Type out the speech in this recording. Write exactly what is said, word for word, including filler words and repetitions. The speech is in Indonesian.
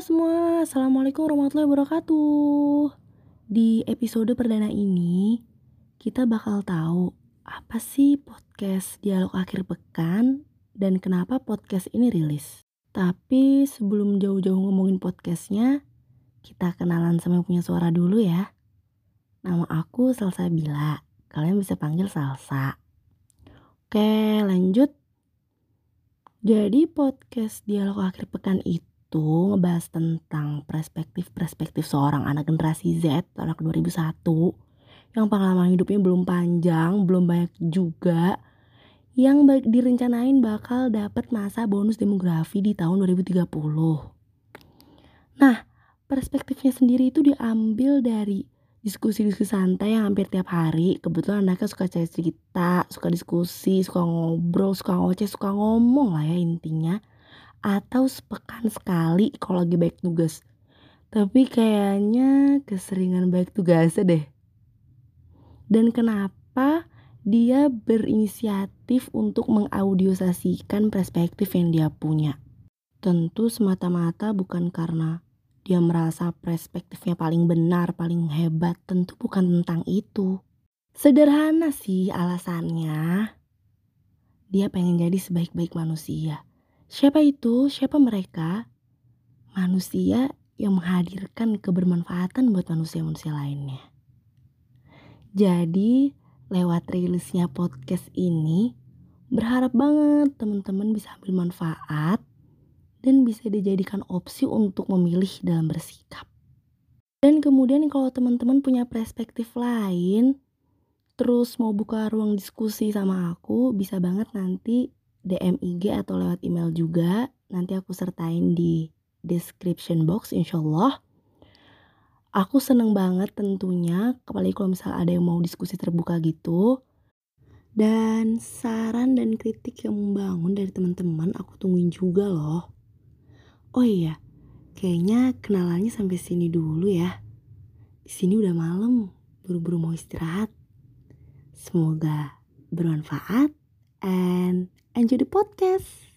semua, Assalamualaikum warahmatullahi wabarakatuh. Di episode perdana ini, kita bakal tahu apa sih podcast Dialog Akhir Pekan dan kenapa podcast ini rilis. Tapi sebelum jauh-jauh ngomongin podcastnya, kita kenalan sama yang punya suara dulu ya. Nama aku Salsabila, kalian bisa panggil Salsa. Oke, lanjut. Jadi podcast Dialog Akhir Pekan itu itu ngebahas tentang perspektif-perspektif seorang anak generasi Z, anak dua ribu satu yang pengalaman hidupnya belum panjang, belum banyak juga, yang direncanain bakal dapat masa bonus demografi di tahun dua ribu tiga puluh. Nah, perspektifnya sendiri itu diambil dari diskusi-diskusi santai yang hampir tiap hari. Kebetulan anaknya suka cerita, suka diskusi, suka ngobrol, suka ngoceh, suka ngomong lah ya intinya. Atau sepekan sekali kalau lagi baik tugas. Tapi kayaknya keseringan baik tugasnya deh. Dan kenapa dia berinisiatif untuk mengaudioalisasikan perspektif yang dia punya? Tentu semata-mata bukan karena dia merasa perspektifnya paling benar, paling hebat. Tentu bukan tentang itu. Sederhana sih alasannya. Dia pengen jadi sebaik-baik manusia. Siapa itu? Siapa mereka? Manusia yang menghadirkan kebermanfaatan buat manusia-manusia lainnya. Jadi, lewat rilisnya podcast ini, berharap banget teman-teman bisa ambil manfaat dan bisa dijadikan opsi untuk memilih dalam bersikap. Dan kemudian kalau teman-teman punya perspektif lain, terus mau buka ruang diskusi sama aku, bisa banget nanti D M I G atau lewat email juga. Nanti aku sertain di description box insyaallah. Aku seneng banget tentunya, apalagi kalau misalnya ada yang mau diskusi terbuka gitu. Dan saran dan kritik yang membangun dari teman-teman aku tungguin juga loh. Oh iya, kayaknya kenalannya sampai sini dulu ya. Di sini udah malam, buru-buru mau istirahat. Semoga bermanfaat and enjoy the podcast.